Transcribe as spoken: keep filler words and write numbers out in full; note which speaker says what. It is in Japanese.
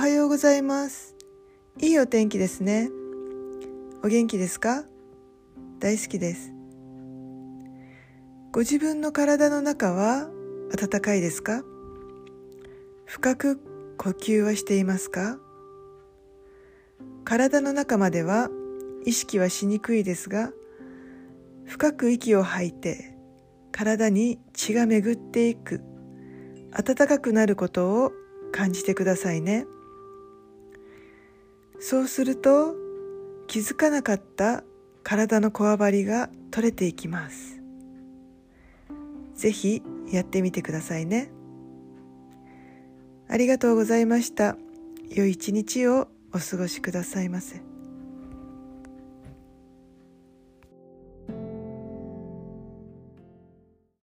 Speaker 1: はようございます。いいお天気ですね。お元気ですか？大好きです。ご自分の体の中は暖かいですか？深く呼吸はしていますか？体の中までは意識はしにくいですが、深く息を吐いて体に血が巡っていく、暖かくなることを感じてくださいね。そうすると気づかなかった体のこわばりが取れていきます。ぜひやってみてくださいね。ありがとうございました。良い一日をお過ごしくださいませ。